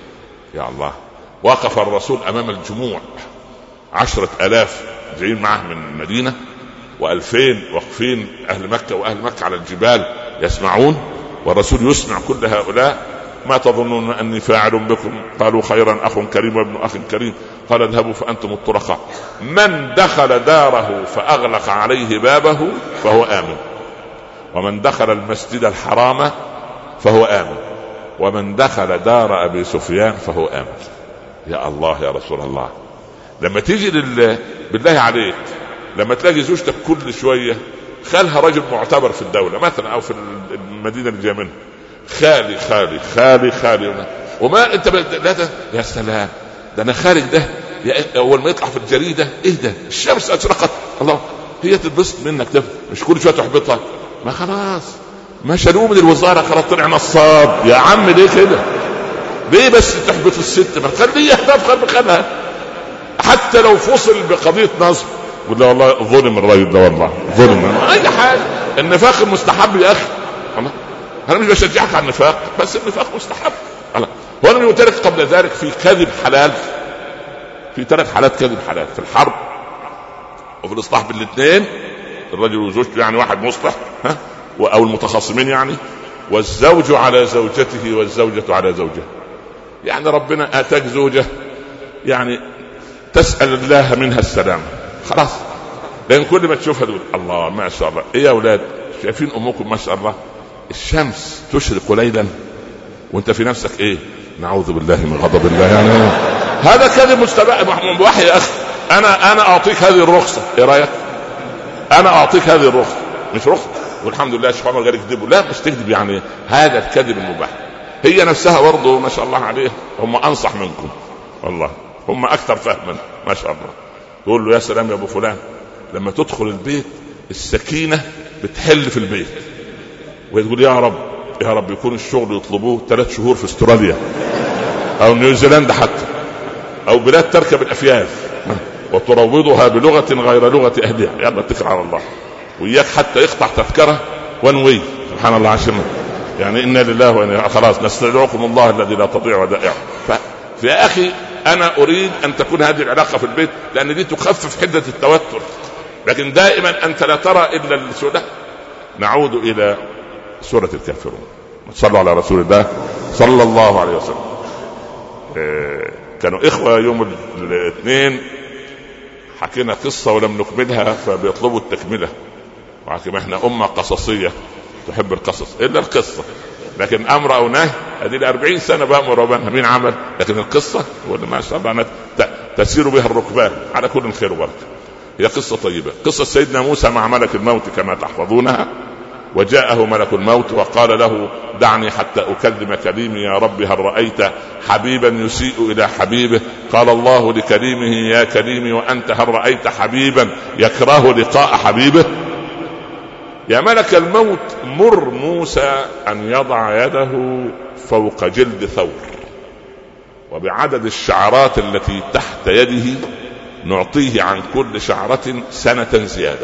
يا الله، وقف الرسول امام الجموع عشرة الاف جايين معه من المدينة والفين واقفين اهل مكة واهل مكة على الجبال يسمعون، والرسول يسمع كل هؤلاء. ما تظنون اني فاعل بكم؟ قالوا خيرا اخ كريم وابن اخ كريم. قال اذهبوا فانتم الطرقاء. من دخل داره فاغلق عليه بابه فهو امن، ومن دخل المسجد الحرام فهو آمن، ومن دخل دار أبي سفيان فهو آمن. يا الله يا رسول الله. لما تيجي لله بالله عليك لما تلاقي زوجتك كل شوية خالها رجل معتبر في الدولة مثلا أو في المدينة اللي جاي منها خالي خالي خالي خالي وما انت لا ده يا سلام ده انا خارج ده اول ما يطلع في الجريدة ايه ده الشمس اشرقت الله هي تتبسط منك ده مش كل شوية تحبطها. ما خلاص ما شالوه من الوزارة خلاص طلع نصاب. يا عم ليه كده؟ ليه بس تحبط الست؟ ما خليه يهدف خلي خلها حتى لو فصل بقضية نصب ولا والله ظلم الراجل ده والله ظلم اي حاجة. النفاق مستحب يا اخي. انا مش بشجعك على النفاق بس النفاق مستحب. وانا قلت لك قبل ذلك في كذب حلال في ثلاث حالات كذب حلال في الحرب وفي الاصلاح بالاثنين الرجل وزوجته يعني واحد مصلح ها او المتخاصمين يعني والزوج على زوجته والزوجة على زوجها. يعني ربنا اتاك زوجة يعني تسأل الله منها السلام خلاص لان كل ما تشوفها تقول الله ما شاء الله. ايه يا اولاد شايفين امكم ما شاء الله الشمس تشرق ليلا وانت في نفسك ايه نعوذ بالله من غضب الله. يعني هذا كذب مستباح بوحي يا اخي. انا انا اعطيك هذه الرخصة ايه رايك؟ انا اعطيك هذه الرخصة مش رخصة والحمد لله الشيخ عمر قال يكذبوا لا مش تكذب يعني هذا الكذب المباح. هي نفسها برضه ما شاء الله عليه هم انصح منكم والله هم اكثر فهما ما شاء الله. تقول له يا سلام يا ابو فلان لما تدخل البيت السكينة بتحل في البيت وتقول يا رب يا رب يكون الشغل يطلبوه ثلاث شهور في استراليا او نيوزيلندا حتى او بلاد تركب الافياف وتروضها بلغة غير لغة اهلها. يلا اتكل على الله وإياك حتى يقطع تذكرة ونوي سبحان الله عشان يعني إنا لله وإنا خلاص نستودعكم الله الذي لا تضيع ودائعه. فيا أخي أنا أريد أن تكون هذه العلاقة في البيت لأن دي تخفف حدة التوتر. لكن دائما أنت لا ترى إلا السورة. نعود إلى سورة الكافرون. صلوا على رسول الله صلى الله عليه وسلم. كانوا إخوة يوم الاثنين حكينا قصة ولم نكملها فبيطلبوا التكملة، وحكيم احنا أمة قصصية تحب القصص إلا القصة، لكن أمر أو نهي هذه لأربعين سنة بأمر وبنها مين عمل، لكن القصة واللي ما شاء الله تسير بها الركبان على كل خير وبركة. هي قصة طيبة، قصة سيدنا موسى مع ملك الموت كما تحفظونها. وجاءه ملك الموت وقال له دعني حتى أكلم كليمي يا رب هل رأيت حبيبا يسيء إلى حبيبه؟ قال الله لكليمه يا كليمي وأنت هل رأيت حبيبا يكره لقاء حبيبه؟ يا ملك الموت مر موسى أن يضع يده فوق جلد ثور، وبعدد الشعرات التي تحت يده نعطيه عن كل شعرة سنة زيادة.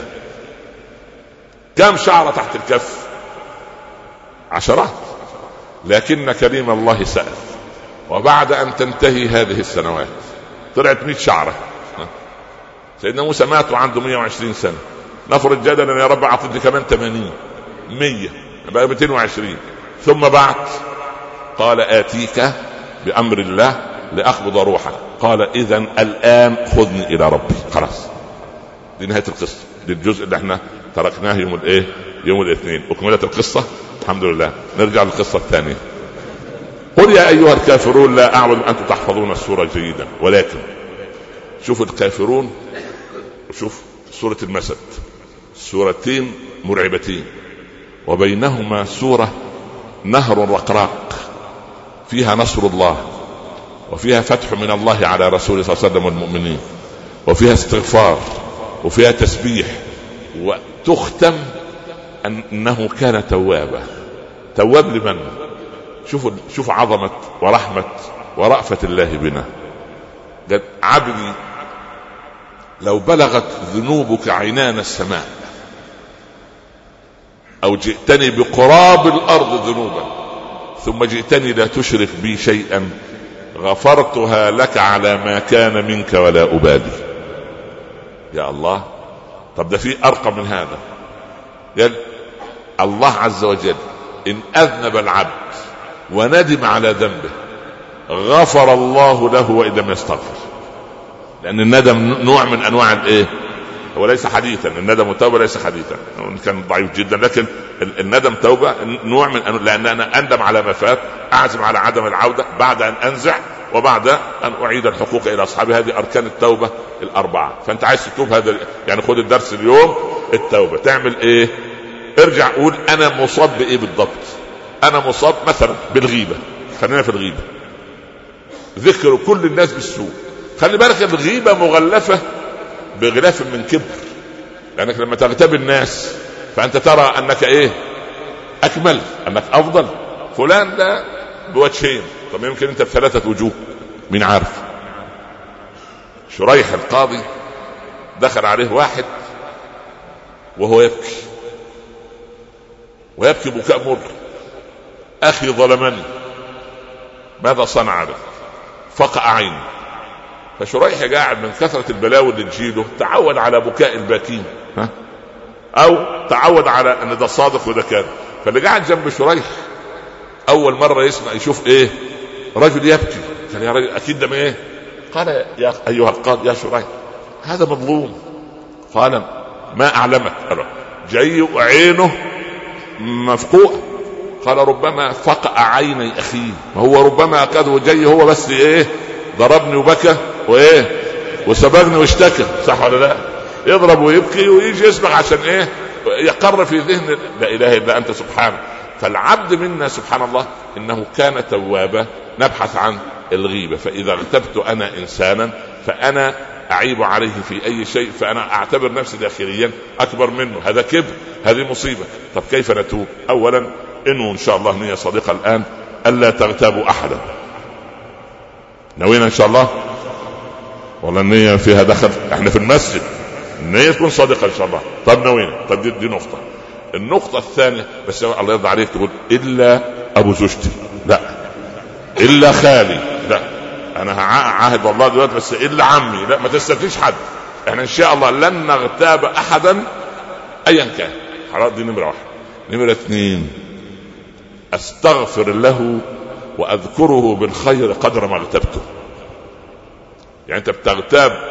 كم شعرة تحت الكف؟ عشرات. لكن كريم الله سأل، وبعد أن تنتهي هذه السنوات طلعت مئة شعرة. سيدنا موسى مات وعنده مئة وعشرين سنة، نفرض جدلا يا رب أعطني كمان ثمانين مية بقى مئتين وعشرين، ثم بعد قال آتيك بأمر الله لأقبض روحك. قال إذن الآن خذني إلى ربي. خلاص، دي نهاية القصة، دي الجزء اللي احنا تركناه يوم الايه يوم الاثنين. أكملت القصة الحمد لله. نرجع للقصة الثانية. قل يا أيها الكافرون لا أعبد، أنتم تحفظون السورة جيدا، ولكن شوفوا الكافرون وشوف سورة المسد، سورتين مرعبتين وبينهما سورة نهر رقراق فيها نصر الله، وفيها فتح من الله على رسوله صلى الله عليه وسلم والمؤمنين، وفيها استغفار، وفيها تسبيح، وتختم أنه كان توابا. تواب لمن؟ شوفوا شوف عظمة ورحمة ورأفة الله بنا. قال عبدي لو بلغت ذنوبك عنان السماء أو جئتني بقراب الأرض ذنوبا ثم جئتني لا تشرك بي شيئا غفرتها لك على ما كان منك ولا أبالي. يا الله، طب ده في أرقى من هذا. قال الله عز وجل إن أذنب العبد وندم على ذنبه غفر الله له وإن لم يستغفر، لأن الندم نوع من أنواع الإيه؟ هو ليس حديثا، الندم والتوبة ليس حديثا، كان ضعيف جدا، لكن الندم توبة نوع من أنواع، لأن أنا أندم على ما فات، أعزم على عدم العودة بعد أن أنزع وبعد أن أعيد الحقوق إلى أصحابها. هذه أركان التوبة الأربعة. فأنت عايز تتوب، هذا يعني خد الدرس اليوم. التوبة تعمل إيه؟ ارجع قول أنا مصاب بإيه بالضبط. أنا مصاب مثلا بالغيبة، خلينا في الغيبة، ذكر كل الناس بالسوء. خلي بالك الغيبة مغلفة بغلاف من كبر، لأنك لما تغتاب الناس فأنت ترى أنك إيه؟ أكمل، أنك أفضل. فلان ده بوجهين، طب يمكن أنت بثلاثة وجوه، مين عارف؟ شريح القاضي دخل عليه واحد وهو يبكي ويبكي بكاء مر، أخي ظلمني، ماذا صنع له؟ فقع عيني. فشريح قاعد من كثرة البلاوي اللي تجيله تعود على بكاء الباكين، ها؟ أو تعود على أن ده صادق وده كاذب. فاللي قاعد جنب شريح أول مرة يسمع يشوف إيه؟ رجل يبكي. قال يا رجل أكيد ده إيه؟ قال يا أيها القاضي يا شريح هذا مظلوم. قال ما أعلمك؟ قال جاي وعينه مفقوع. قال ربما فقع عيني أخيه، وهو ربما أكاد جاي هو بس إيه؟ ضربني وبكى وايه وسبقني واشتكى، صح ولا لا؟ يضرب ويبكي ويجي يسمع عشان ايه؟ يقر في ذهن لا اله الا انت سبحانه. فالعبد منا سبحان الله انه كان توابا. نبحث عن الغيبة. فاذا اغتبت انا انسانا فانا اعيب عليه في اي شيء، فانا اعتبر نفسي داخليا اكبر منه، هذا كبر، هذه مصيبة. طب كيف نتوب؟ اولا انه ان شاء الله نية صادقة الان الا تغتابوا احدا. نوينا ان شاء الله ولا النية فيها دخل؟ احنا في المسجد، النية تكون صادقة ان شاء الله. طب نوينا. طب دي, دي نقطة. النقطة الثانية بس الله يرضى عليك تقول الا ابو زوجتي، لا الا خالي، لا انا عاهد والله دلوقتي بس الا عمي، لا ما تستفيش حد. احنا ان شاء الله لن نغتاب احدا ايا كان. خلاص دي نمرة واحد. نمرة اثنين استغفر له واذكره بالخير قدر ما اغتبته. يعني انت بتغتاب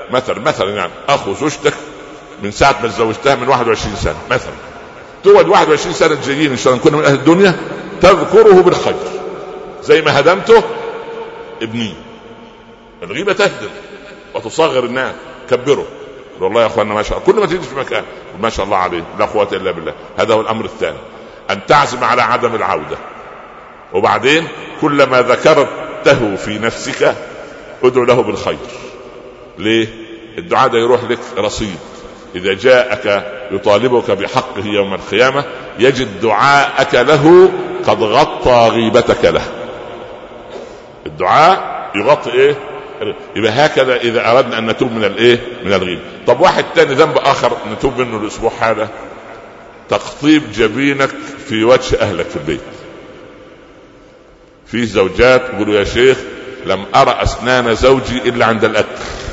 مثلا مثلا يعني اخو زوجتك من ساعه ما تزوجتها من واحد وعشرين سنه مثلا، تقعد واحد وعشرين سنه جايين ان شاء الله نكون من اهل الدنيا تذكره بالخير زي ما هدمته ابني. الغيبه تهدم وتصغر الناس، كبره والله يا اخوانا ما شاء الله، كل ما تيجي في مكان ما شاء الله عليه لا قوه الا بالله. هذا هو الامر الثاني، ان تعزم على عدم العوده. وبعدين كلما ذكرته في نفسك ادعو له بالخير. ليه؟ الدعاء ده يروح لك رصيد، اذا جاءك يطالبك بحقه يوم القيامه يجد دعاءك له قد غطى غيبتك له. الدعاء يغطي ايه؟ يبقى هكذا اذا اردنا ان نتوب من الايه؟ من الغيبه. طب واحد تاني ذنب اخر نتوب منه الاسبوع هذا، تقطيب جبينك في وجه اهلك في البيت. في زوجات يقولوا يا شيخ لم ارى اسنان زوجي الا عند الاكل،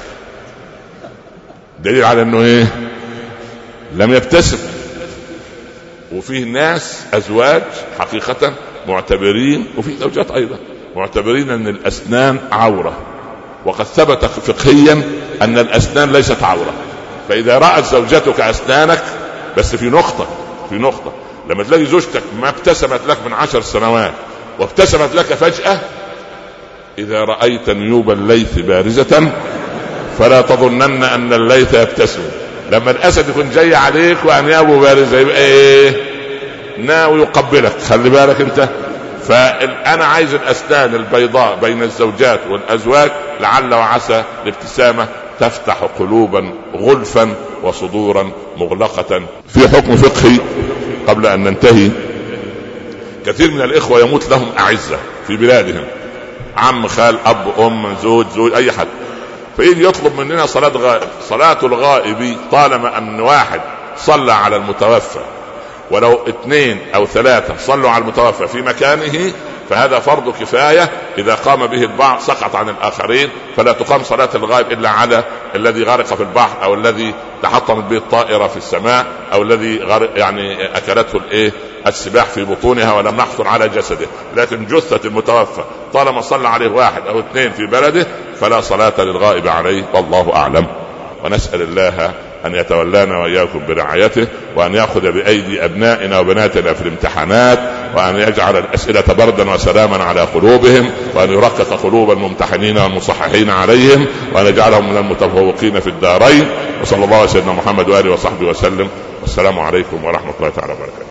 دليل على انه ايه؟ لم يبتسم. وفيه ناس ازواج حقيقة معتبرين، وفي زوجات ايضا معتبرين ان الاسنان عورة، وقد ثبت فقهيا ان الاسنان ليست عورة. فاذا رأت زوجتك اسنانك، بس في نقطة في نقطة لما تلاقي زوجتك ما ابتسمت لك من عشر سنوات وابتسمت لك فجأة، اذا رأيت نيوب الليث بارزة فلا تظنن ان الليث يبتسم. لما الاسد يكون جاي عليك وانيابه بارزة يبقى ايه؟ ناوي يقبلك، خلي بالك انت. فانا عايز الاسنان البيضاء بين الزوجات والازواج، لعل وعسى الابتسامة تفتح قلوبا غلفا وصدورا مغلقة. في حكم فقهي قبل ان ننتهي، كثير من الاخوة يموت لهم اعزة في بلادهم، عم خال اب ام زوج زوج اي حد، فيجي يطلب مننا صلاة غائب. صلاة الغائب طالما ان واحد صلى على المتوفى ولو اثنين او ثلاثة صلوا على المتوفى في مكانه فهذا فرض كفاية، اذا قام به البعض سقط عن الاخرين. فلا تقام صلاة الغائب الا على الذي غرق في البحر، او الذي تحطمت به الطائرة في السماء، او الذي غرق يعني اكلته الايه السباح في بطونها ولم نحصل على جسده. لكن جثة المتوفى طالما صلى عليه واحد او اثنين في بلده فلا صلاة للغائب عليه، والله اعلم. ونسأل الله أن يتولانا وإياكم برعايته، وأن يأخذ بأيدي أبنائنا وبناتنا في الامتحانات، وأن يجعل الأسئلة بردا وسلاما على قلوبهم، وأن يرقق قلوب الممتحنين والمصححين عليهم، وأن يجعلهم من المتفوقين في الدارين. وصلى الله على سيدنا محمد وآله وصحبه وسلم، والسلام عليكم ورحمة الله تعالى وبركاته.